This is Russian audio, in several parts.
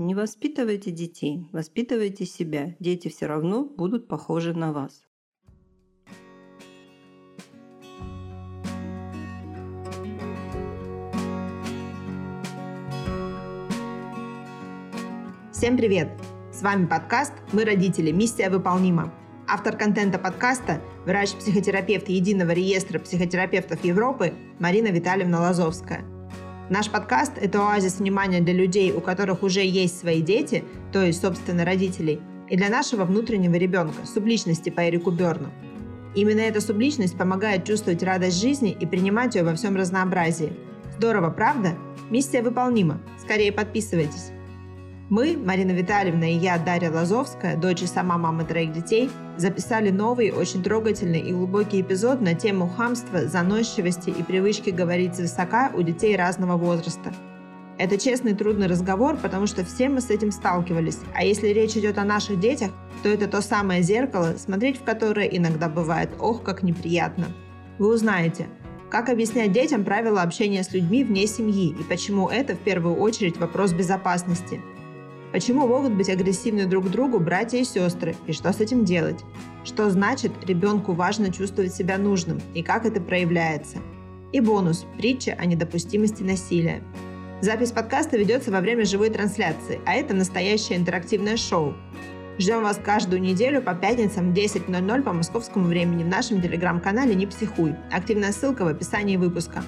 Не воспитывайте детей, воспитывайте себя. Дети все равно будут похожи на вас. Всем привет! С вами подкаст «Мы родители. Миссия выполнима». Автор контента подкаста – врач-психотерапевт Единого реестра психотерапевтов Европы Марина Витальевна Лазовская. Наш подкаст – это оазис внимания для людей, у которых уже есть свои дети, то есть, собственно, родителей, и для нашего внутреннего ребенка, субличности по Эрику Берну. Именно эта субличность помогает чувствовать радость жизни и принимать ее во всем разнообразии. Здорово, правда? Миссия выполнима. Скорее подписывайтесь. Мы, Марина Витальевна и я, Дарья Лазовская, дочь и сама мама 3 детей, записали новый, очень трогательный и глубокий эпизод на тему хамства, заносчивости и привычки говорить свысока у детей разного возраста. Это честный трудный разговор, потому что все мы с этим сталкивались, а если речь идет о наших детях, то это то самое зеркало, смотреть в которое иногда бывает ох, как неприятно. Вы узнаете, как объяснять детям правила общения с людьми вне семьи и почему это в первую очередь вопрос безопасности. Почему могут быть агрессивны друг к другу братья и сестры, и что с этим делать? Что значит ребенку важно чувствовать себя нужным, и как это проявляется? И бонус – притча о недопустимости насилия. Запись подкаста ведется во время живой трансляции, а это настоящее интерактивное шоу. Ждем вас каждую неделю по пятницам в 10:00 по московскому времени в нашем телеграм-канале «Не психуй». Активная ссылка в описании выпуска.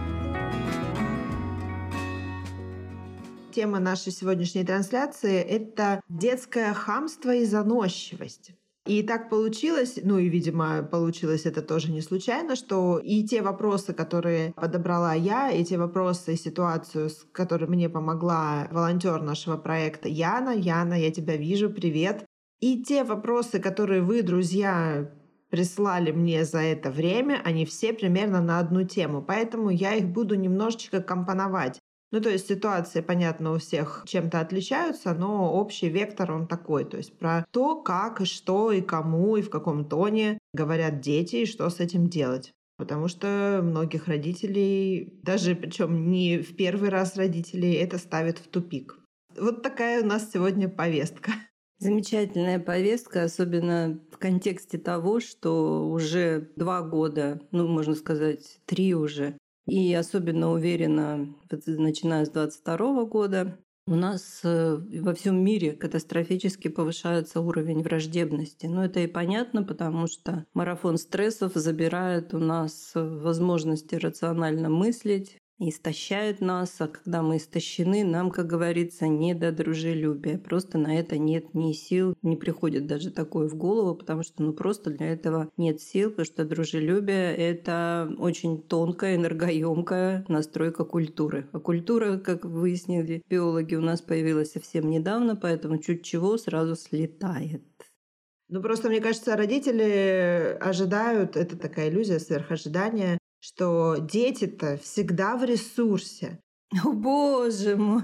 Тема нашей сегодняшней трансляции – это детское хамство и заносчивость. И так получилось, видимо, получилось это тоже не случайно, что и те вопросы, которые подобрала я, и те вопросы, и ситуацию, с которой мне помогла волонтер нашего проекта Яна. Яна, я тебя вижу, привет. И те вопросы, которые вы, друзья, прислали мне за это время, они все примерно на одну тему, поэтому я их буду немножечко компоновать. То есть ситуации, понятно, у всех чем-то отличаются, но общий вектор он такой. То есть про то, как и что, и кому, и в каком тоне говорят дети, и что с этим делать. Потому что многих родителей, даже причем не в первый раз родителей, это ставит в тупик. Вот такая у нас сегодня повестка. Замечательная повестка, особенно в контексте того, что уже 2 года, можно сказать, 3 уже, и особенно уверенно, начиная с 2022 года, у нас во всем мире катастрофически повышается уровень враждебности. Но это и понятно, потому что марафон стрессов забирает у нас возможности рационально мыслить, истощает нас, а когда мы истощены, нам, как говорится, не до дружелюбия. Просто на это нет ни сил, не приходит даже такое в голову, потому что просто для этого нет сил, потому что дружелюбие — это очень тонкая, энергоемкая настройка культуры. А культура, как выяснили биологи, у нас появилась совсем недавно, поэтому чуть чего сразу слетает. Просто, мне кажется, родители ожидают, это такая иллюзия, сверхожидания, что дети-то всегда в ресурсе. О, боже мой!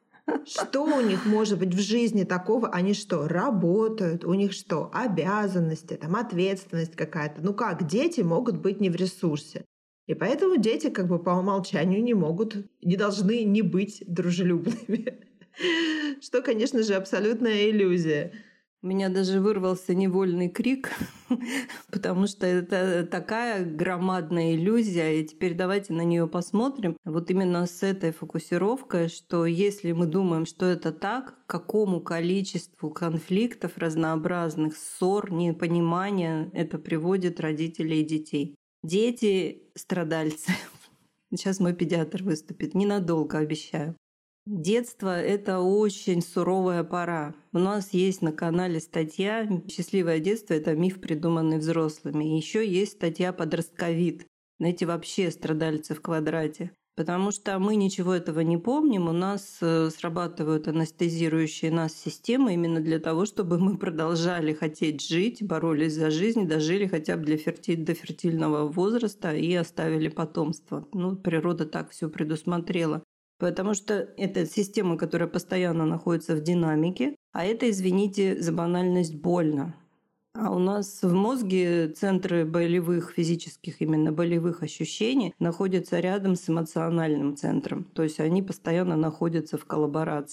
Что у них может быть в жизни такого? Они что, работают? У них что, обязанности, ответственность какая-то? Как дети могут быть не в ресурсе? И поэтому дети по умолчанию не должны не быть дружелюбными. Что, конечно же, абсолютная иллюзия. У меня даже вырвался невольный крик, потому что это такая громадная иллюзия, и теперь давайте на нее посмотрим. Вот именно с этой фокусировкой, что если мы думаем, что это так, к какому количеству конфликтов разнообразных, ссор, непонимания это приводит родителей и детей. Дети — страдальцы. Сейчас мой педиатр выступит, ненадолго, обещаю. Детство — это очень суровая пора. У нас есть на канале статья «Счастливое детство — это миф, придуманный взрослыми». И еще есть статья «Подростковид». Знаете, вообще страдальцы в квадрате. Потому что мы ничего этого не помним, у нас срабатывают анестезирующие нас системы именно для того, чтобы мы продолжали хотеть жить, боролись за жизнь, дожили хотя бы до фертильного возраста и оставили потомство. Природа так все предусмотрела. Потому что это система, которая постоянно находится в динамике, а это, извините за банальность, больно. А у нас в мозге центры болевых, физических именно болевых ощущений находятся рядом с эмоциональным центром. То есть они постоянно находятся в коллаборации.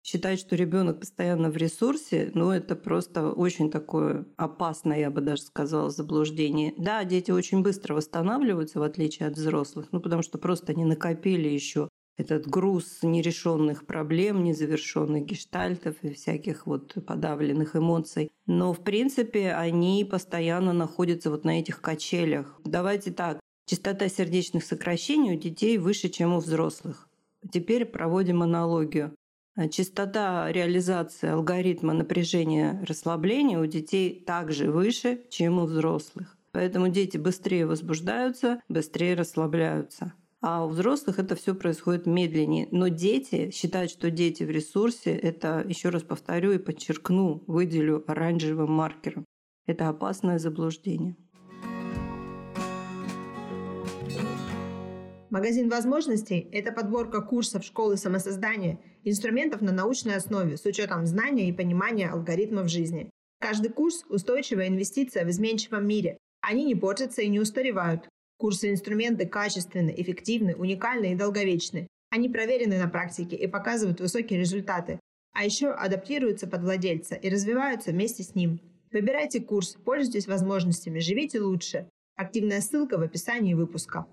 Считать, что ребенок постоянно в ресурсе, это просто очень такое опасное, я бы даже сказала, заблуждение. Да, дети очень быстро восстанавливаются, в отличие от взрослых, потому что просто они накопили еще этот груз нерешенных проблем, незавершенных гештальтов и всяких подавленных эмоций. Но, в принципе, они постоянно находятся на этих качелях. Давайте так, частота сердечных сокращений у детей выше, чем у взрослых. Теперь проводим аналогию. Частота реализации алгоритма напряжения-расслабления у детей также выше, чем у взрослых. Поэтому дети быстрее возбуждаются, быстрее расслабляются. А у взрослых это все происходит медленнее. Но дети, считать, что дети в ресурсе, это, еще раз повторю и подчеркну, выделю оранжевым маркером. Это опасное заблуждение. Магазин возможностей – это подборка курсов школы самосоздания, инструментов на научной основе с учетом знания и понимания алгоритмов жизни. Каждый курс – устойчивая инвестиция в изменчивом мире. Они не портятся и не устаревают. Курсы и инструменты качественны, эффективны, уникальны и долговечны. Они проверены на практике и показывают высокие результаты. А еще адаптируются под владельца и развиваются вместе с ним. Выбирайте курс, пользуйтесь возможностями, живите лучше. Активная ссылка в описании выпуска.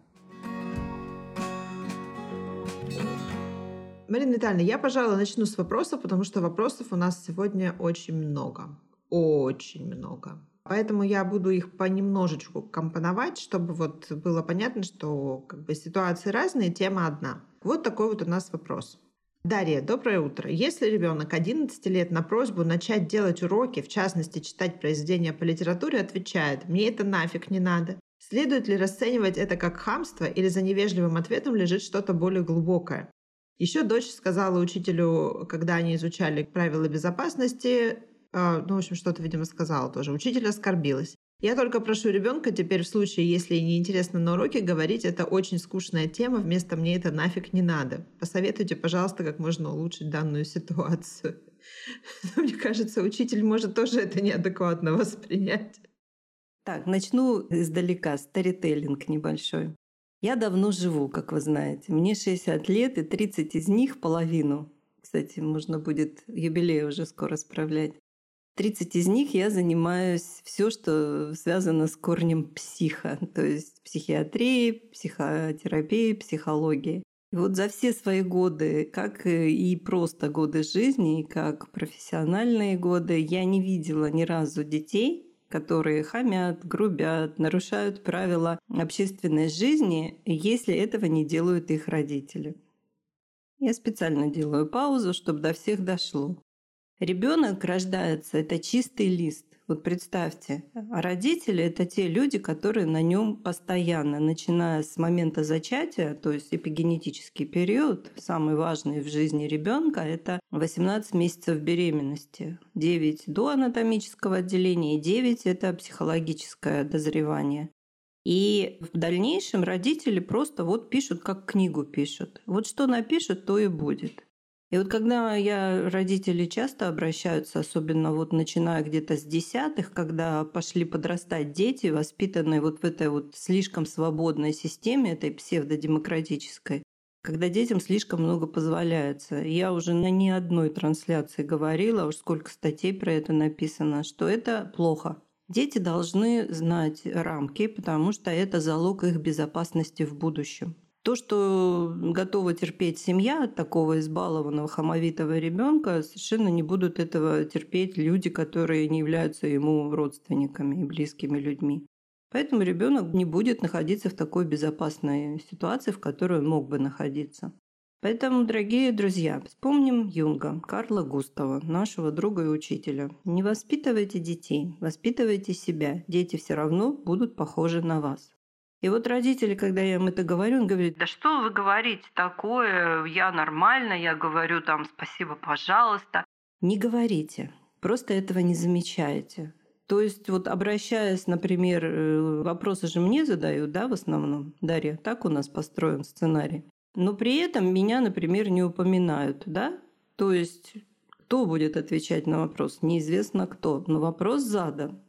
Марина Витальевна, я, пожалуй, начну с вопросов, потому что вопросов у нас сегодня очень много. Очень много. Поэтому я буду их понемножечку компоновать, чтобы было понятно, что ситуации разные, тема одна. Вот такой у нас вопрос. Дарья, доброе утро. Если ребенок 11 лет на просьбу начать делать уроки, в частности читать произведения по литературе, отвечает: «Мне это нафиг не надо». Следует ли расценивать это как хамство или за невежливым ответом лежит что-то более глубокое? Еще дочь сказала учителю, когда они изучали правила безопасности, что-то, видимо, сказала тоже. Учитель оскорбилась. Я только прошу ребенка теперь в случае, если ей неинтересно на уроке, говорить: это очень скучная тема, вместо «мне это нафиг не надо». Посоветуйте, пожалуйста, как можно улучшить данную ситуацию. Мне кажется, учитель может тоже это неадекватно воспринять. Так, начну издалека, сторителлинг небольшой. Я давно живу, как вы знаете. Мне 60 лет, и 30 из них, половину, кстати, можно будет юбилей уже скоро справлять, 30 из них я занимаюсь все, что связано с корнем психа, то есть психиатрией, психотерапией, психологией. И за все свои годы, как и просто годы жизни, и как профессиональные годы, я не видела ни разу детей, которые хамят, грубят, нарушают правила общественной жизни, если этого не делают их родители. Я специально делаю паузу, чтобы до всех дошло. Ребенок рождается – это чистый лист. Представьте, а родители – это те люди, которые на нем постоянно, начиная с момента зачатия, то есть эпигенетический период, самый важный в жизни ребенка, это 18 месяцев беременности, 9 до анатомического отделения и 9 – это психологическое дозревание. И в дальнейшем родители просто пишут, как книгу пишут. Что напишут, то и будет. И когда родители часто обращаются, особенно начиная где-то с 10-х, когда пошли подрастать дети, воспитанные в этой слишком свободной системе, этой псевдодемократической, когда детям слишком много позволяется. Я уже на ни одной трансляции говорила, уж сколько статей про это написано, что это плохо. Дети должны знать рамки, потому что это залог их безопасности в будущем. То, что готова терпеть семья от такого избалованного, хамовитого ребенка, совершенно не будут этого терпеть люди, которые не являются ему родственниками и близкими людьми. Поэтому ребенок не будет находиться в такой безопасной ситуации, в которой он мог бы находиться. Поэтому, дорогие друзья, вспомним Юнга, Карла Густава, нашего друга и учителя. Не воспитывайте детей, воспитывайте себя. Дети все равно будут похожи на вас. И родители, когда я им это говорю, он говорит: да что вы говорите такое, я нормально, я говорю спасибо, пожалуйста. Не говорите, просто этого не замечаете. То есть обращаясь, например, вопросы же мне задают, в основном, Дарья, так у нас построен сценарий. Но при этом меня, например, не упоминают, То есть кто будет отвечать на вопрос? Неизвестно кто, но вопрос задан,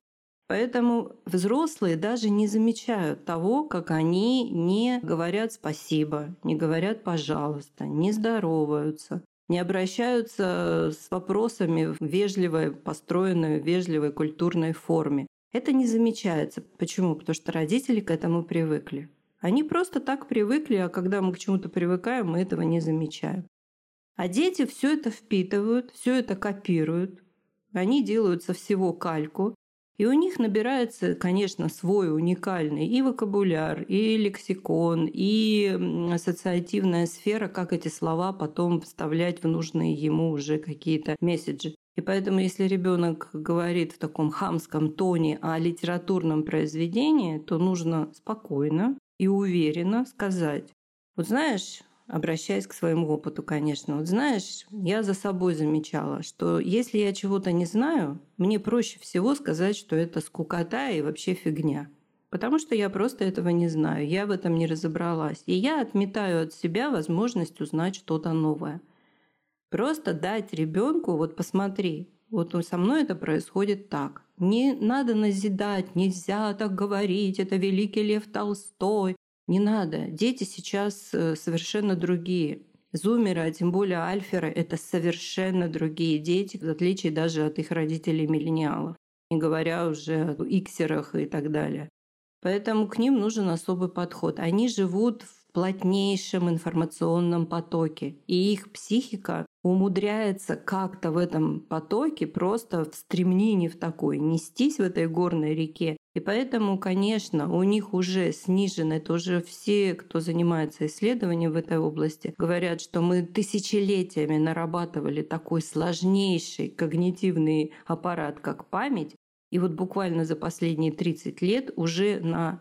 Поэтому взрослые даже не замечают того, как они не говорят спасибо, не говорят пожалуйста, не здороваются. не обращаются с вопросами в вежливой, построенной, вежливой культурной форме. Это не замечается. Почему? Потому что родители к этому привыкли. Они просто так привыкли, а когда мы к чему-то привыкаем, мы этого не замечаем. А дети все это впитывают, все это копируют. Они делают со всего кальку. И у них набирается, конечно, свой уникальный и вокабуляр, и лексикон, и ассоциативная сфера, как эти слова потом вставлять в нужные ему уже какие-то месседжи. И поэтому, если ребенок говорит в таком хамском тоне о литературном произведении, то нужно спокойно и уверенно сказать: вот знаешь, обращаясь к своему опыту, конечно. Вот знаешь, я за собой замечала, что если я чего-то не знаю, мне проще всего сказать, что это скукота и вообще фигня. Потому что я просто этого не знаю, я в этом не разобралась. И я отметаю от себя возможность узнать что-то новое. Просто дать ребенку, вот посмотри, вот со мной это происходит так. Не надо назидать, нельзя так говорить, это великий Лев Толстой. Не надо. Дети сейчас совершенно другие. Зумеры, а тем более альферы — это совершенно другие дети, в отличие даже от их родителей-миллениалов, не говоря уже о иксерах и так далее. Поэтому к ним нужен особый подход. Они живут в плотнейшем информационном потоке, и их психика умудряется как-то в этом потоке просто в стремнении в такой нестись в этой горной реке. И поэтому, конечно, у них уже снижено, это уже все, кто занимается исследованием в этой области, говорят, что мы тысячелетиями нарабатывали такой сложнейший когнитивный аппарат, как память, и вот буквально за последние 30 лет уже на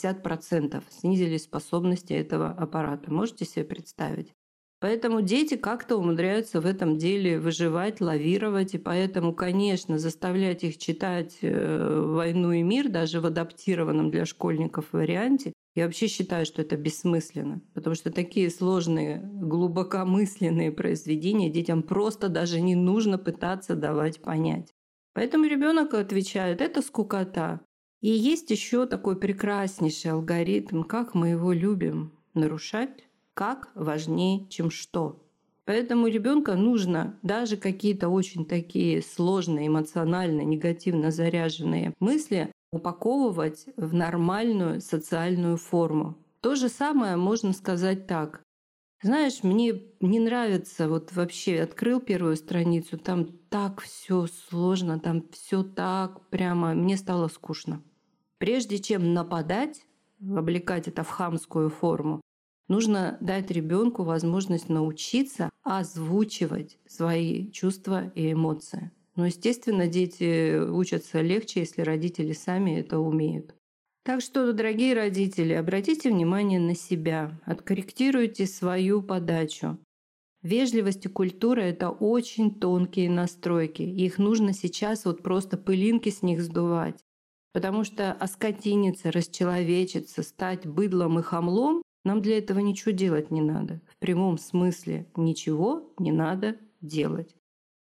60% снизились способности этого аппарата. Можете себе представить? Поэтому дети как-то умудряются в этом деле выживать, лавировать. И поэтому, конечно, заставлять их читать «Войну и мир» даже в адаптированном для школьников варианте, я вообще считаю, что это бессмысленно. Потому что такие сложные, глубокомысленные произведения детям просто даже не нужно пытаться давать понять. Поэтому ребенок отвечает: это скукота. И есть еще такой прекраснейший алгоритм, как мы его любим нарушать, как важнее, чем что. Поэтому ребенка нужно даже какие-то очень такие сложные, эмоционально, негативно заряженные мысли упаковывать в нормальную социальную форму. То же самое можно сказать так. Знаешь, мне не нравится, вот вообще открыл первую страницу, там так все сложно, там все так прямо, мне стало скучно. Прежде чем нападать, облекать это в хамскую форму, нужно дать ребенку возможность научиться озвучивать свои чувства и эмоции. Но, естественно, дети учатся легче, если родители сами это умеют. Так что, дорогие родители, обратите внимание на себя, откорректируйте свою подачу. Вежливость и культура — это очень тонкие настройки. Их нужно сейчас вот просто пылинки с них сдувать. Потому что оскотиниться, расчеловечиться, стать быдлом и хамлом нам для этого ничего делать не надо. В прямом смысле ничего не надо делать.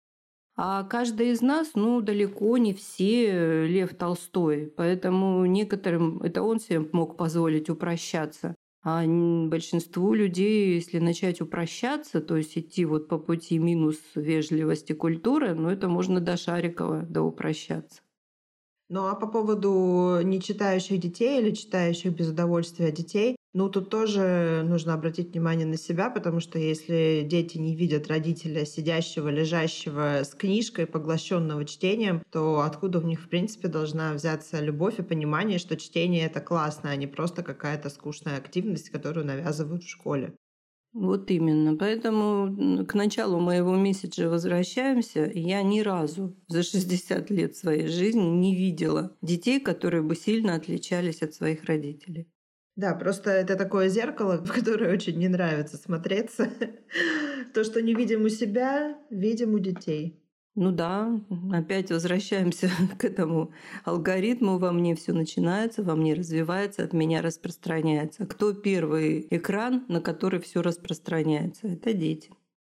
А каждый из нас, далеко не все Лев Толстой, поэтому некоторым это он себе мог позволить упрощаться. А большинству людей, если начать упрощаться, то есть идти вот по пути минус вежливости культуры, это можно до Шарикова доупрощаться. Ну а по поводу нечитающих детей или читающих без удовольствия детей, тут тоже нужно обратить внимание на себя, потому что если дети не видят родителя, сидящего, лежащего с книжкой, поглощенного чтением, то откуда в них, в принципе, должна взяться любовь и понимание, что чтение — это классно, а не просто какая-то скучная активность, которую навязывают в школе. Вот именно. Поэтому к началу моего месседжа возвращаемся. Я ни разу за 60 лет своей жизни не видела детей, которые бы сильно отличались от своих родителей. Да, просто это такое зеркало, в которое очень не нравится смотреться. То, что не видим у себя, видим у детей. Да, опять возвращаемся к этому алгоритму. Во мне все начинается, во мне развивается, от меня распространяется. Кто первый экран, на который все распространяется? Это дети.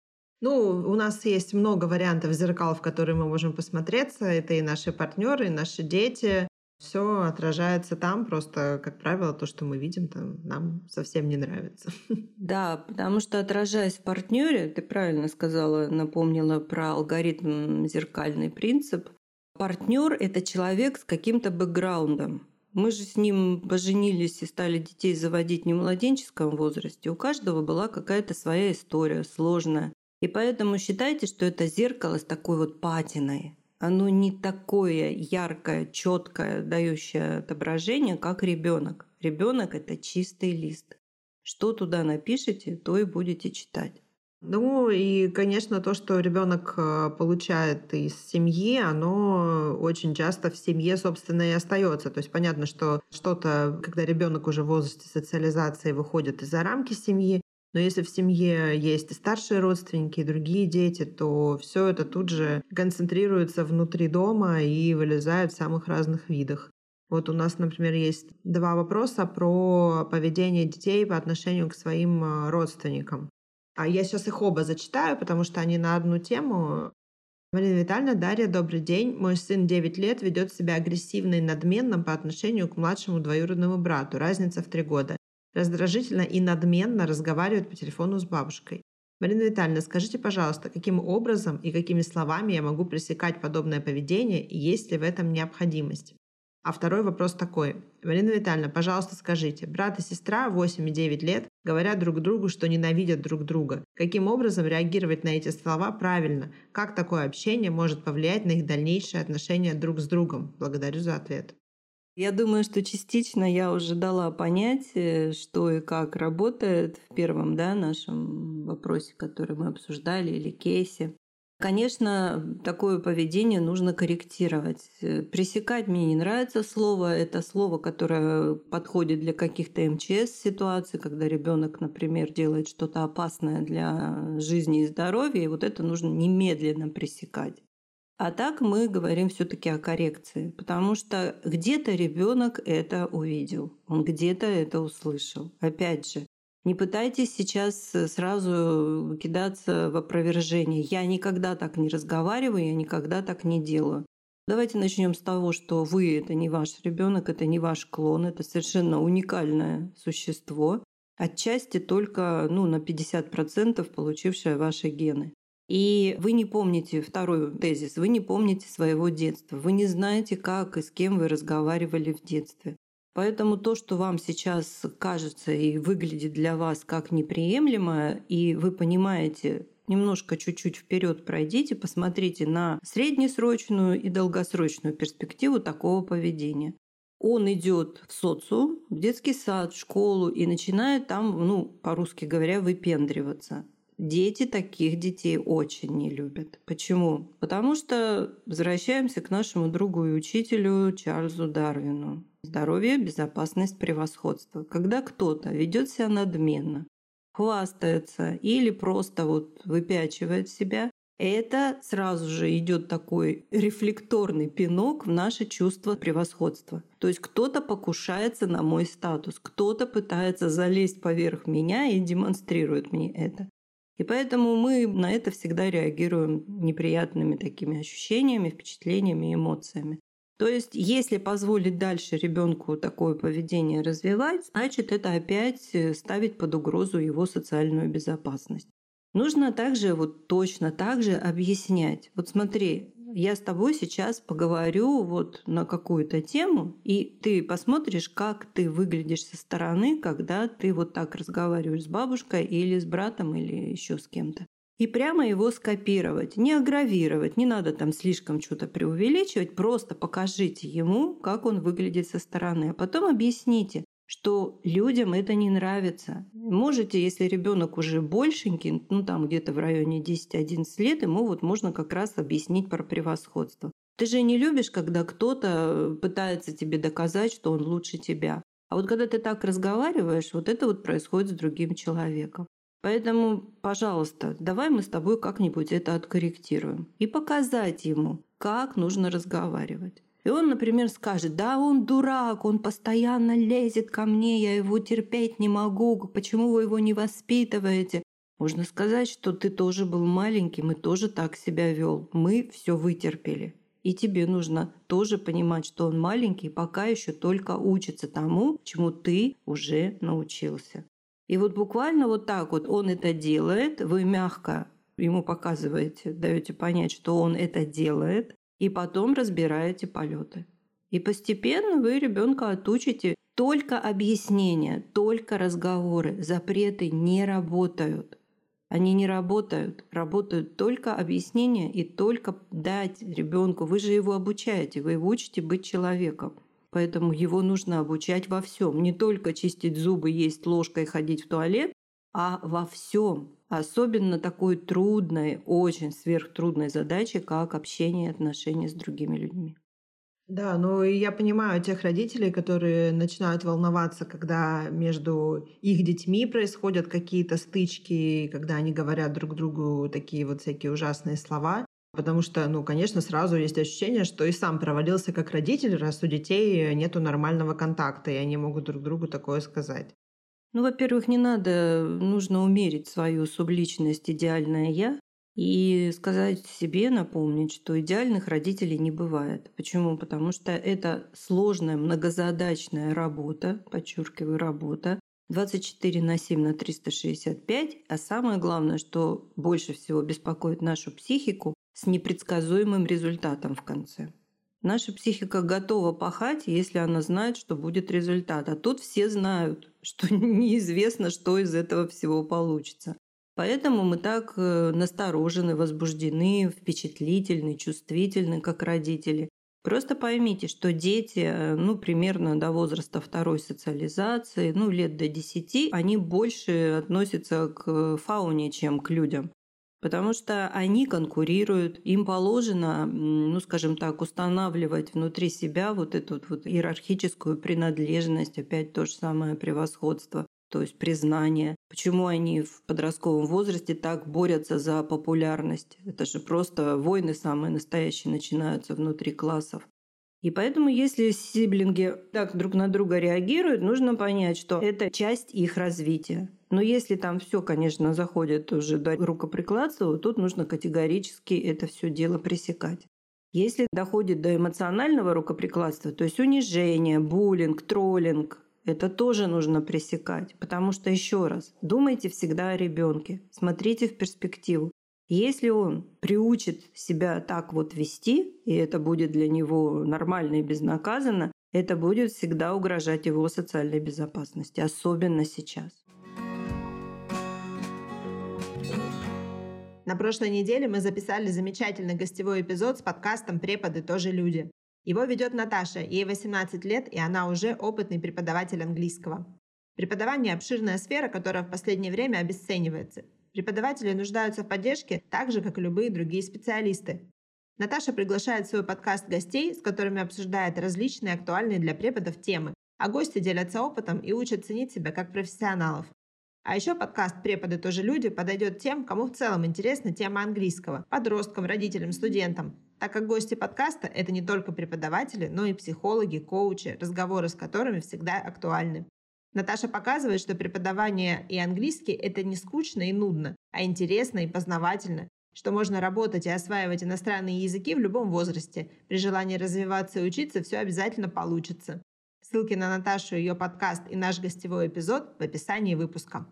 У нас есть много вариантов зеркал, в которые мы можем посмотреться. Это и наши партнеры, и наши дети. Все отражается там, просто, как правило, то, что мы видим, там, нам совсем не нравится. Да, потому что, отражаясь в партнере, ты правильно сказала, напомнила про алгоритм зеркальный принцип. Партнер – это человек с каким-то бэкграундом. Мы же с ним поженились и стали детей заводить не в младенческом возрасте. У каждого была какая-то своя история сложная. И поэтому считайте, что это зеркало с такой вот патиной. Оно не такое яркое, четкое, дающее отображение, как ребенок. Ребенок – это чистый лист. Что туда напишете, то и будете читать. Ну и, конечно, то, что ребенок получает из семьи, оно очень часто в семье, собственно, и остается. То есть понятно, что что-то, когда ребенок уже в возрасте социализации выходит из-за рамки семьи, но если в семье есть и старшие родственники, и другие дети, то все это тут же концентрируется внутри дома и вылезает в самых разных видах. Вот у нас, например, есть 2 вопроса про поведение детей по отношению к своим родственникам. А я сейчас их оба зачитаю, потому что они на одну тему. Марина Витальевна, Дарья, добрый день. Мой сын 9 лет ведет себя агрессивно и надменно по отношению к младшему двоюродному брату. Разница в 3 года. Раздражительно и надменно разговаривает по телефону с бабушкой. Марина Витальевна, скажите, пожалуйста, каким образом и какими словами я могу пресекать подобное поведение и есть ли в этом необходимость? А второй вопрос такой. Марина Витальевна, пожалуйста, скажите, брат и сестра 8 и 9 лет говорят друг другу, что ненавидят друг друга. Каким образом реагировать на эти слова правильно? Как такое общение может повлиять на их дальнейшие отношения друг с другом? Благодарю за ответ. Я думаю, что частично я уже дала понять, что и как работает в первом нашем вопросе, который мы обсуждали, или кейсе. Конечно, такое поведение нужно корректировать. Пресекать мне не нравится слово. Это слово, которое подходит для каких-то МЧС-ситуаций, когда ребенок, например, делает что-то опасное для жизни и здоровья, и вот это нужно немедленно пресекать. А так мы говорим все-таки о коррекции, потому что где-то ребенок это увидел, он где-то это услышал. Опять же, не пытайтесь сейчас сразу кидаться в опровержение. Я никогда так не разговариваю, я никогда так не делаю. Давайте начнем с того, что вы это не ваш ребенок, это не ваш клон, это совершенно уникальное существо, отчасти только на 50% получившее ваши гены. И вы не помните, второй тезис, вы не помните своего детства, вы не знаете, как и с кем вы разговаривали в детстве. Поэтому то, что вам сейчас кажется и выглядит для вас как неприемлемое, и вы понимаете, немножко чуть-чуть вперед пройдите, посмотрите на среднесрочную и долгосрочную перспективу такого поведения. Он идет в социум, в детский сад, в школу и начинает там, по-русски говоря, выпендриваться. Дети таких детей очень не любят. Почему? Потому что возвращаемся к нашему другу и учителю Чарльзу Дарвину. Здоровье, безопасность, превосходство. Когда кто-то ведет себя надменно, хвастается или просто выпячивает себя, это сразу же идет такой рефлекторный пинок в наше чувство превосходства. То есть кто-то покушается на мой статус, кто-то пытается залезть поверх меня и демонстрирует мне это. И поэтому мы на это всегда реагируем неприятными такими ощущениями, впечатлениями, эмоциями. То есть, если позволить дальше ребенку такое поведение развивать, значит, это опять ставить под угрозу его социальную безопасность. Нужно также точно так же объяснять. Вот смотри, я с тобой сейчас поговорю на какую-то тему, и ты посмотришь, как ты выглядишь со стороны, когда ты так разговариваешь с бабушкой или с братом или еще с кем-то. И прямо его скопировать, не агравировать, не надо там слишком что-то преувеличивать, просто покажите ему, как он выглядит со стороны, а потом объясните, что людям это не нравится. Можете, если ребенок уже большенький, там где-то в районе 10-11 лет, ему можно как раз объяснить про превосходство. Ты же не любишь, когда кто-то пытается тебе доказать, что он лучше тебя. А когда ты так разговариваешь, это происходит с другим человеком. Поэтому, пожалуйста, давай мы с тобой как-нибудь это откорректируем и показать ему, как нужно разговаривать. И он, например, скажет: да, он дурак, он постоянно лезет ко мне, я его терпеть не могу, почему вы его не воспитываете? Можно сказать, что ты тоже был маленьким и тоже так себя вел. Мы все вытерпели. И тебе нужно тоже понимать, что он маленький, пока еще только учится тому, чему ты уже научился. И вот буквально вот так вот он это делает, вы мягко ему показываете, даете понять, что он это делает, и потом разбираете полеты. И постепенно вы ребенка отучите только объяснения, только разговоры. Запреты не работают. Они не работают. Работают только объяснения и только дать ребенку. Вы же его обучаете, вы его учите быть человеком. Поэтому его нужно обучать во всем. Не только чистить зубы, есть ложкой, ходить в туалет, а во всем. Особенно такой трудной, очень сверхтрудной задачей, как общение и отношения с другими людьми. Да, ну и я понимаю тех родителей, которые начинают волноваться, когда между их детьми происходят какие-то стычки, когда они говорят друг другу такие вот всякие ужасные слова. Потому что, ну, конечно, сразу есть ощущение, что и сам провалился как родитель, раз у детей нету нормального контакта, и они могут друг другу такое сказать. Ну, во-первых, не надо, нужно умерить свою субличность, идеальное «я», и сказать себе, напомнить, что идеальных родителей не бывает. Почему? Потому что это сложная, многозадачная работа, подчеркиваю, работа, 24/7 на 365, а самое главное, что больше всего беспокоит нашу психику, с непредсказуемым результатом в конце. Наша психика готова пахать, если она знает, что будет результат. А тут все знают, что неизвестно, что из этого всего получится. Поэтому мы так насторожены, возбуждены, впечатлительны, чувствительны, как родители. Просто поймите, что дети, примерно до возраста второй социализации, лет до 10, они больше относятся к фауне, чем к людям. Потому что они конкурируют, им положено, скажем так, устанавливать внутри себя вот эту вот иерархическую принадлежность, опять то же самое превосходство, то есть признание. Почему они в подростковом возрасте так борются за популярность? Это же просто войны самые настоящие начинаются внутри классов. И поэтому, если сиблинги так друг на друга реагируют, нужно понять, что это часть их развития. Но если там все, конечно, заходит уже до рукоприкладства, тут нужно категорически это все дело пресекать. Если доходит до эмоционального рукоприкладства, то есть унижение, буллинг, троллинг, это тоже нужно пресекать. Потому что, еще раз, думайте всегда о ребенке, смотрите в перспективу. Если он приучит себя так вот вести, и это будет для него нормально и безнаказанно, это будет всегда угрожать его социальной безопасности, особенно сейчас. На прошлой неделе мы записали замечательный гостевой эпизод с подкастом «Преподы тоже люди». Его ведет Наташа, ей 18 лет, и она уже опытный преподаватель английского. Преподавание – обширная сфера, которая в последнее время обесценивается. Преподаватели нуждаются в поддержке так же, как и любые другие специалисты. Наташа приглашает в свой подкаст гостей, с которыми обсуждает различные актуальные для преподов темы, а гости делятся опытом и учат ценить себя как профессионалов. А еще подкаст «Преподы тоже люди» подойдет тем, кому в целом интересна тема английского – подросткам, родителям, студентам. Так как гости подкаста – это не только преподаватели, но и психологи, коучи, разговоры с которыми всегда актуальны. Наташа показывает, что преподавание и английский – это не скучно и нудно, а интересно и познавательно, что можно работать и осваивать иностранные языки в любом возрасте. При желании развиваться и учиться все обязательно получится. Ссылки на Наташу, ее подкаст и наш гостевой эпизод в описании выпуска.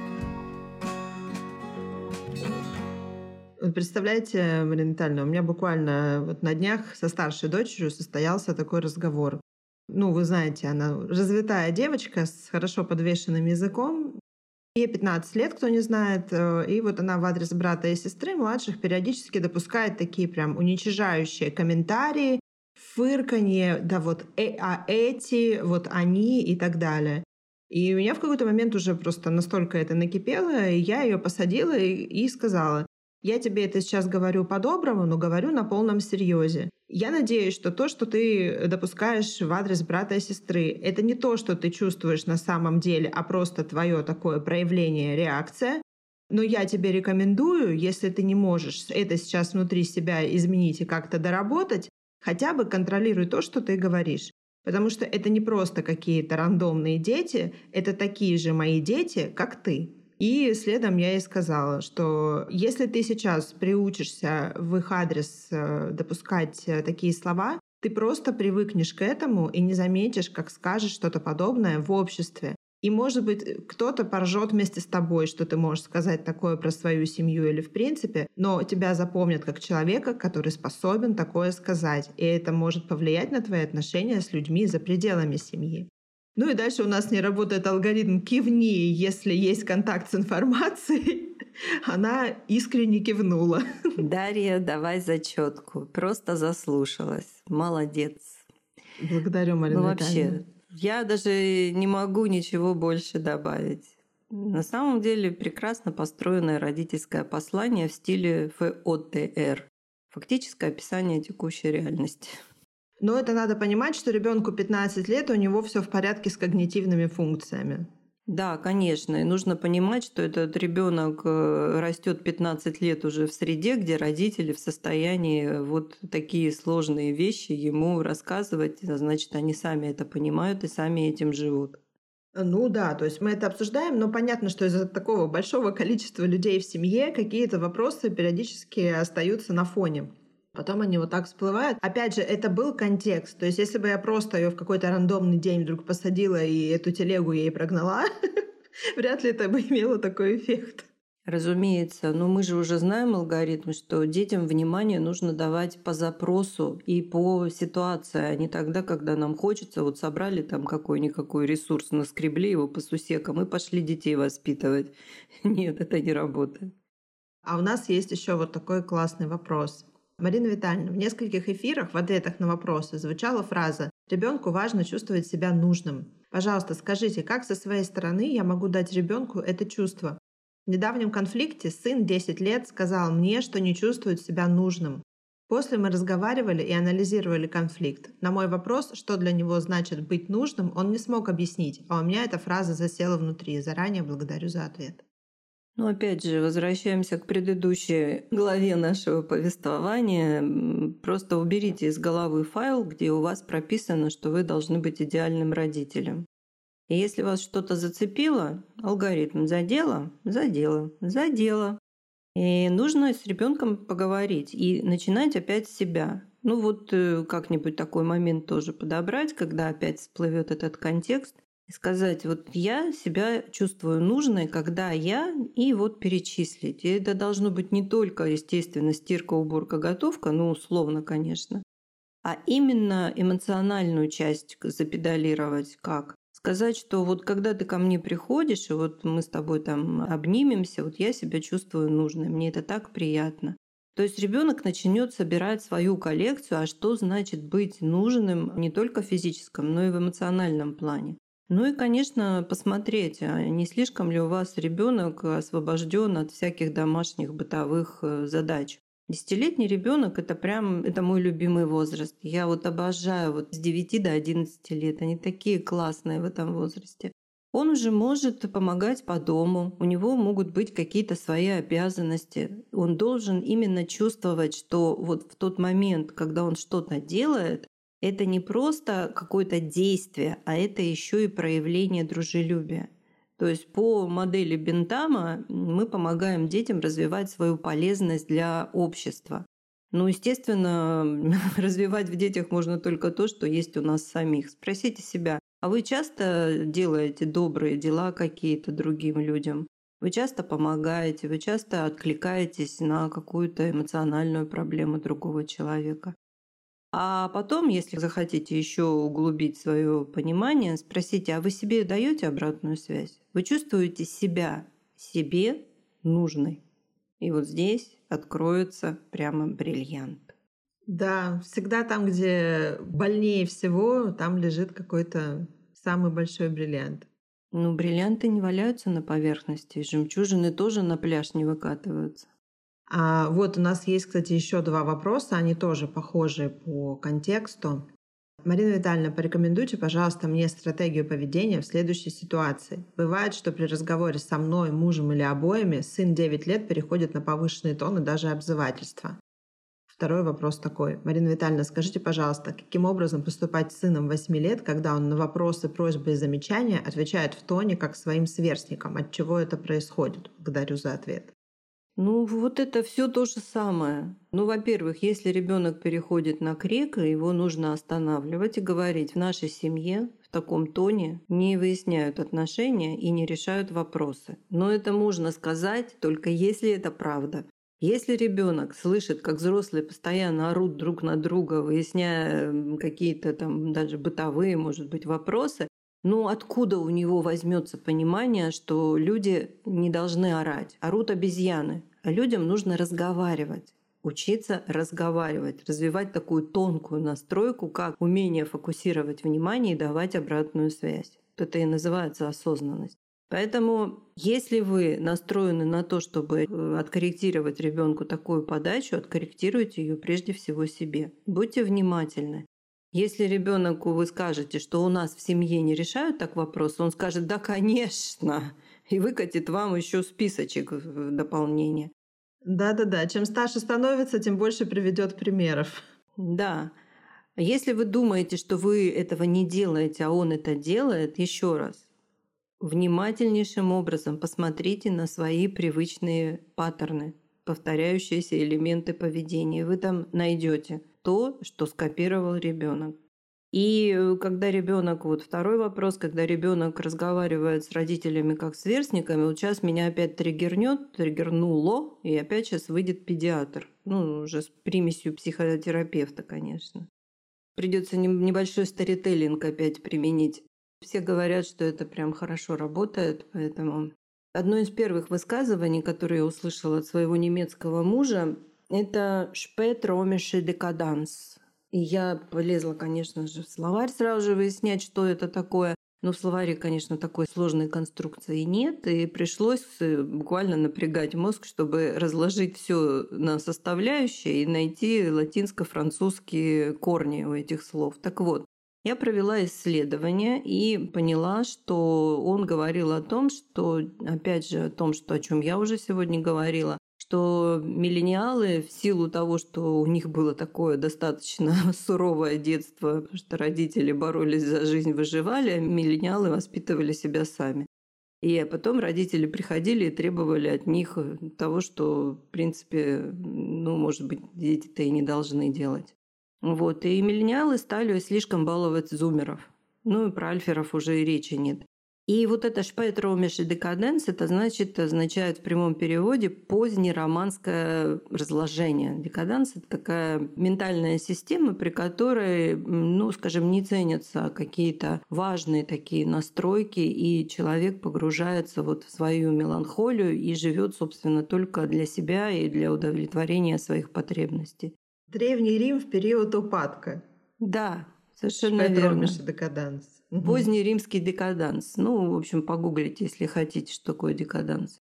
Вот представляете, Марина Витальевна, у меня буквально вот на днях со старшей дочерью состоялся такой разговор. Вы знаете, она развитая девочка с хорошо подвешенным языком. Ей 15 лет, кто не знает. И вот она в адрес брата и сестры младших периодически допускает такие прям уничижающие комментарии, фырканье, да вот а эти, вот они и так далее. И у меня в какой-то момент уже просто настолько это накипело, и я ее посадила и сказала: я тебе это сейчас говорю по-доброму, но говорю на полном серьезе. Я надеюсь, что то, что ты допускаешь в адрес брата и сестры, это не то, что ты чувствуешь на самом деле, а просто твое такое проявление, реакция. Но я тебе рекомендую, если ты не можешь это сейчас внутри себя изменить и как-то доработать, хотя бы контролируй то, что ты говоришь. Потому что это не просто какие-то рандомные дети, это такие же мои дети, как ты. И следом я ей сказала, что если ты сейчас приучишься в их адрес допускать такие слова, ты просто привыкнешь к этому и не заметишь, как скажешь что-то подобное в обществе. И, может быть, кто-то поржет вместе с тобой, что ты можешь сказать такое про свою семью или в принципе, но тебя запомнят как человека, который способен такое сказать. И это может повлиять на твои отношения с людьми за пределами семьи. Ну и дальше у нас не работает алгоритм «кивни, если есть контакт с информацией». Она искренне кивнула. Дарья, давай зачетку. Просто заслушалась. Молодец. Благодарю, Марина Вообще, я даже не могу ничего больше добавить. На самом деле прекрасно построенное родительское послание в стиле ФОТР. Фактическое описание текущей реальности. Но это надо понимать, что ребенку 15 лет, у него все в порядке с когнитивными функциями. Да, конечно. И нужно понимать, что этот ребенок растет 15 лет уже в среде, где родители в состоянии вот такие сложные вещи ему рассказывать. Значит, они сами это понимают и сами этим живут. Ну да, то есть мы это обсуждаем, но понятно, что из-за такого большого количества людей в семье какие-то вопросы периодически остаются на фоне. Потом они вот так всплывают. Опять же, это был контекст. То есть если бы я просто ее в какой-то рандомный день вдруг посадила и эту телегу ей прогнала, вряд ли это бы имело такой эффект. Разумеется, но мы же уже знаем алгоритм, что детям внимание нужно давать по запросу и по ситуации, а не тогда, когда нам хочется. Вот собрали там какой-никакой ресурс, наскребли его по сусекам и пошли детей воспитывать. Нет, это не работает. А у нас есть еще вот такой классный вопрос. Марина Витальевна, в нескольких эфирах в ответах на вопросы звучала фраза «Ребенку важно чувствовать себя нужным». Пожалуйста, скажите, как со своей стороны я могу дать ребенку это чувство? В недавнем конфликте сын 10 лет сказал мне, что не чувствует себя нужным. После мы разговаривали и анализировали конфликт. На мой вопрос, что для него значит быть нужным, он не смог объяснить, а у меня эта фраза засела внутри. Заранее благодарю за ответ. Ну, опять же, возвращаемся к предыдущей главе нашего повествования. Просто уберите из головы файл, где у вас прописано, что вы должны быть идеальным родителем. И если вас что-то зацепило, алгоритм задело, задело. И нужно с ребенком поговорить и начинать опять с себя. Ну вот как-нибудь такой момент тоже подобрать, когда опять всплывет этот контекст, и сказать, вот я себя чувствую нужной, когда я, и вот перечислить. И это должно быть не только, естественно, стирка, уборка, готовка, ну условно, конечно, а именно эмоциональную часть запедалировать как. Сказать, что вот когда ты ко мне приходишь, и вот мы с тобой там обнимемся, вот я себя чувствую нужной, мне это так приятно. То есть ребенок начнет собирать свою коллекцию, а что значит быть нужным не только в физическом, но и в эмоциональном плане. Ну и, конечно, посмотреть, а не слишком ли у вас ребенок освобожден от всяких домашних бытовых задач. 10-летний ребенок это мой любимый возраст. Я вот обожаю вот с 9 до 11 лет. Они такие классные в этом возрасте. Он уже может помогать по дому, у него могут быть какие-то свои обязанности. Он должен именно чувствовать, что вот в тот момент, когда он что-то делает, это не просто какое-то действие, а это еще и проявление дружелюбия. То есть по модели Бентама мы помогаем детям развивать свою полезность для общества. Ну, естественно, развивать в детях можно только то, что есть у нас самих. Спросите себя, а вы часто делаете добрые дела какие-то другим людям? Вы часто помогаете, вы часто откликаетесь на какую-то эмоциональную проблему другого человека? А потом, если захотите еще углубить свое понимание, спросите, а вы себе даете обратную связь? Вы чувствуете себя себе нужной? И вот здесь откроется прямо бриллиант. Да, всегда там, где больнее всего, там лежит какой-то самый большой бриллиант. Ну, бриллианты не валяются на поверхности, жемчужины тоже на пляж не выкатываются. А вот у нас есть, кстати, еще 2 вопроса, они тоже похожи по контексту. Марина Витальевна, порекомендуйте, пожалуйста, мне стратегию поведения в следующей ситуации. Бывает, что при разговоре со мной, мужем или обоими сын 9 лет переходит на повышенный тон и даже обзывательства. В Второй вопрос такой. Марина Витальевна, скажите, пожалуйста, каким образом поступать с сыном 8 лет, когда он на вопросы, просьбы и замечания отвечает в тоне, как своим сверстникам? От чего это происходит? Благодарю за ответ. Ну, вот это все то же самое. Ну, во-первых, если ребенок переходит на крик, его нужно останавливать и говорить: в нашей семье в таком тоне не выясняют отношения и не решают вопросы. Но это можно сказать только если это правда. Если ребенок слышит, как взрослые постоянно орут друг на друга, выясняя какие-то там даже бытовые, может быть, вопросы, ну откуда у него возьмется понимание, что люди не должны орать? Орут обезьяны. А людям нужно разговаривать, учиться разговаривать, развивать такую тонкую настройку, как умение фокусировать внимание и давать обратную связь. Это и называется осознанность. Поэтому, если вы настроены на то, чтобы откорректировать ребенку такую подачу, откорректируйте ее прежде всего себе. Будьте внимательны. Если ребенку вы скажете, что у нас в семье не решают так вопросы, он скажет: да, конечно, и выкатит вам еще списочек в дополнение. Да-да-да, чем старше становится, тем больше приведет примеров. Да. Если вы думаете, что вы этого не делаете, а он это делает, еще раз, внимательнейшим образом посмотрите на свои привычные паттерны, повторяющиеся элементы поведения. Вы там найдете то, что скопировал ребенок. И когда ребенок, вот второй вопрос, когда ребенок разговаривает с родителями как с сверстниками, вот сейчас меня опять триггернуло, и опять сейчас выйдет педиатр. Ну, уже с примесью психотерапевта, конечно. Придется небольшой сторителлинг опять применить. Все говорят, что это прям хорошо работает, поэтому... Одно из первых высказываний, которые я услышала от своего немецкого мужа, это «Spät römische Dekadenz». И я полезла, конечно же, в словарь сразу же выяснять, что это такое. Но в словаре, конечно, такой сложной конструкции нет. И пришлось буквально напрягать мозг, чтобы разложить все на составляющие и найти латинско-французские корни у этих слов. Так вот, я провела исследование и поняла, что он говорил о том, что, опять же, о чем я уже сегодня говорила, что миллениалы в силу того, что у них было такое достаточно суровое детство, потому что родители боролись за жизнь, выживали, а миллениалы воспитывали себя сами. И потом родители приходили и требовали от них того, что, в принципе, ну, может быть, дети-то и не должны делать. Вот. И миллениалы стали слишком баловать зумеров. Ну и про альферов уже и речи нет. И вот это «шпэт-ромиш» и «декаденс» это означает в прямом переводе позднероманское разложение. Декаденс – это такая ментальная система, при которой, ну, скажем, не ценятся какие-то важные такие настройки, и человек погружается вот в свою меланхолию и живет, собственно, только для себя и для удовлетворения своих потребностей. Древний Рим в период упадка. Да, совершенно верно. «Шпэт-ромиш» и «декаданс». Поздний римский декаданс. Ну, в общем, погуглите, если хотите, что такое декаданс.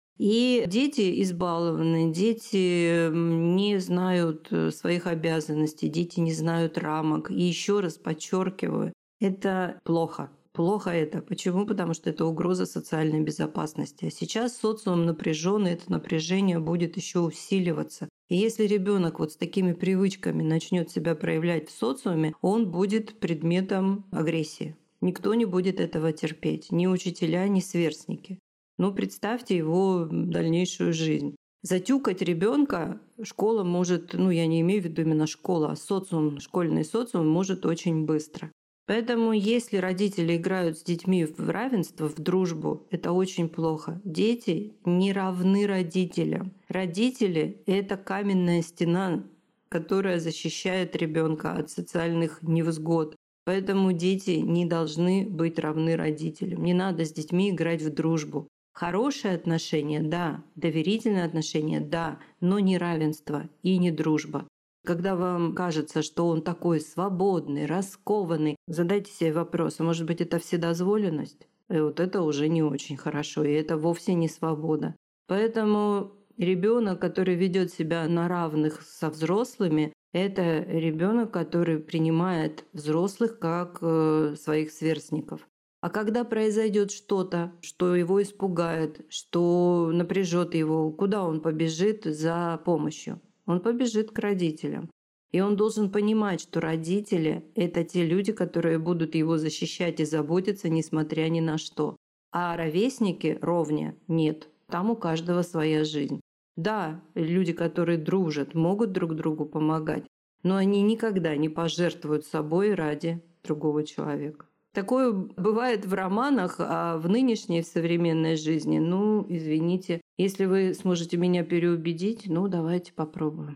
И дети избалованы, дети не знают своих обязанностей, дети не знают рамок. И еще раз подчеркиваю, это плохо. Плохо это. Почему? Потому что это угроза социальной безопасности. А сейчас социум напряжен, и это напряжение будет еще усиливаться. И если ребенок вот с такими привычками начнет себя проявлять в социуме, он будет предметом агрессии. Никто не будет этого терпеть, ни учителя, ни сверстники. Ну, представьте его дальнейшую жизнь. Затюкать ребенка школа может, ну, я не имею в виду именно школа, а социум, школьный социум может очень быстро. Поэтому если родители играют с детьми в равенство, в дружбу, это очень плохо. Дети не равны родителям. Родители — это каменная стена, которая защищает ребенка от социальных невзгод. Поэтому дети не должны быть равны родителям. Не надо с детьми играть в дружбу. Хорошие отношения — да, доверительные отношения — да, но не равенство и не дружба. Когда вам кажется, что он такой свободный, раскованный, задайте себе вопрос, а может быть, это вседозволенность? И вот это уже не очень хорошо, и это вовсе не свобода. Поэтому ребенок, который ведет себя на равных со взрослыми, это ребенок, который принимает взрослых как своих сверстников. А когда произойдет что-то, что его испугает, что напряжет его, куда он побежит за помощью? Он побежит к родителям. И он должен понимать, что родители – это те люди, которые будут его защищать и заботиться, несмотря ни на что. А ровесники ровня нет. Там у каждого своя жизнь. Да, люди, которые дружат, могут друг другу помогать, но они никогда не пожертвуют собой ради другого человека. Такое бывает в романах, а в нынешней, в современной жизни, извините, если вы сможете меня переубедить, давайте попробуем.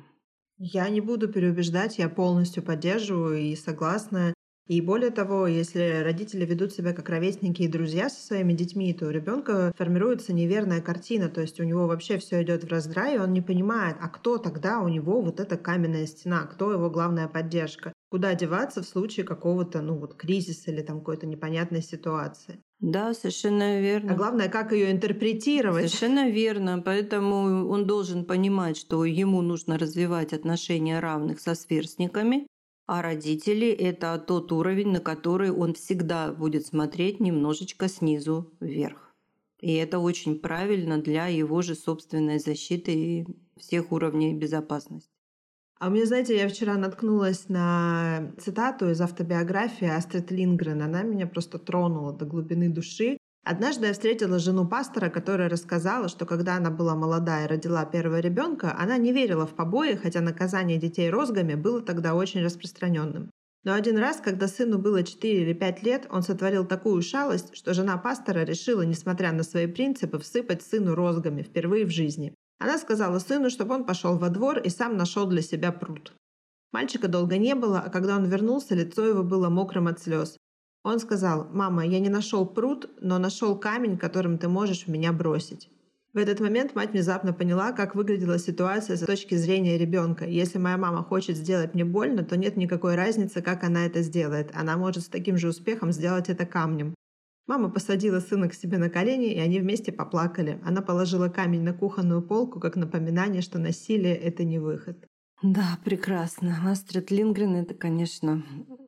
Я не буду переубеждать, я полностью поддерживаю и согласна. И более того, если родители ведут себя как ровесники и друзья со своими детьми, то у ребенка формируется неверная картина, то есть у него вообще все идет в раздрай, и он не понимает, а кто тогда у него вот эта каменная стена, кто его главная поддержка, куда деваться в случае какого-то кризиса или какой-то непонятной ситуации. Да, совершенно верно. А главное, как ее интерпретировать. Совершенно верно. Поэтому он должен понимать, что ему нужно развивать отношения равных со сверстниками, а родители – это тот уровень, на который он всегда будет смотреть немножечко снизу вверх. И это очень правильно для его же собственной защиты и всех уровней безопасности. А у меня, знаете, я вчера наткнулась на цитату из автобиографии Астрид Линдгрен. Она меня просто тронула до глубины души. Однажды я встретила жену пастора, которая рассказала, что когда она была молода и родила первого ребенка, она не верила в побои, хотя наказание детей розгами было тогда очень распространенным. Но один раз, когда сыну было 4 или 5 лет, он сотворил такую шалость, что жена пастора решила, несмотря на свои принципы, всыпать сыну розгами впервые в жизни. Она сказала сыну, чтобы он пошел во двор и сам нашел для себя пруд. Мальчика долго не было, а когда он вернулся, лицо его было мокрым от слез. Он сказал: «Мама, я не нашел пруд, но нашел камень, которым ты можешь в меня бросить». В этот момент мать внезапно поняла, как выглядела ситуация с точки зрения ребенка. Если моя мама хочет сделать мне больно, то нет никакой разницы, как она это сделает. Она может с таким же успехом сделать это камнем. Мама посадила сына к себе на колени, и они вместе поплакали. Она положила камень на кухонную полку, как напоминание, что насилие — это не выход. Да, прекрасно. Астрид Линдгрен — это, конечно,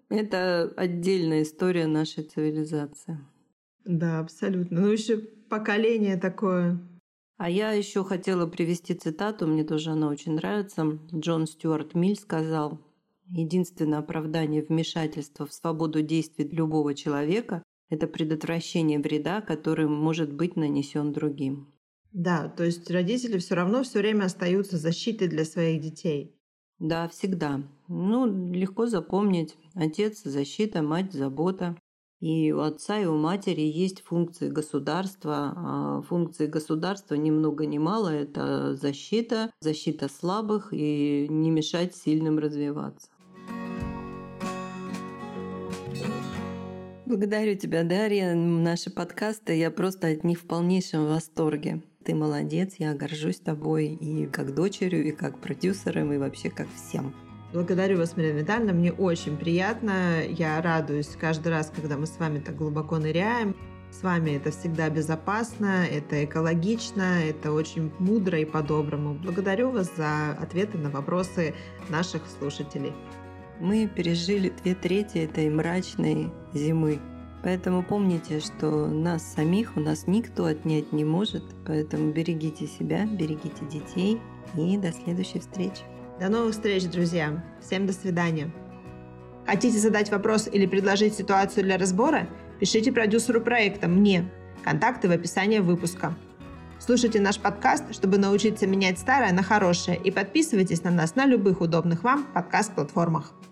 это отдельная история нашей цивилизации. Да, абсолютно. Еще поколение такое. А я еще хотела привести цитату, мне тоже она очень нравится. Джон Стюарт Миль сказал: «Единственное оправдание вмешательства в свободу действий любого человека – это предотвращение вреда, который может быть нанесен другим». Да, то есть родители все равно все время остаются защитой для своих детей. Да, всегда. Легко запомнить. Отец – защита, мать – забота. И у отца, и у матери есть функции государства. А функции государства ни много ни мало – это защита слабых и не мешать сильным развиваться. Благодарю тебя, Дарья. Наши подкасты, я просто от них в полнейшем восторге. Ты молодец, я горжусь тобой и как дочерью, и как продюсером, и вообще как всем. Благодарю вас, Марина Витальевна, мне очень приятно. Я радуюсь каждый раз, когда мы с вами так глубоко ныряем. С вами это всегда безопасно, это экологично, это очень мудро и по-доброму. Благодарю вас за ответы на вопросы наших слушателей. Мы пережили 2/3 этой мрачной зимы. Поэтому помните, что нас самих у нас никто отнять не может. Поэтому берегите себя, берегите детей. И до следующей встречи. До новых встреч, друзья. Всем до свидания. Хотите задать вопрос или предложить ситуацию для разбора? Пишите продюсеру проекта, мне. Контакты в описании выпуска. Слушайте наш подкаст, чтобы научиться менять старое на хорошее. И подписывайтесь на нас на любых удобных вам подкаст-платформах.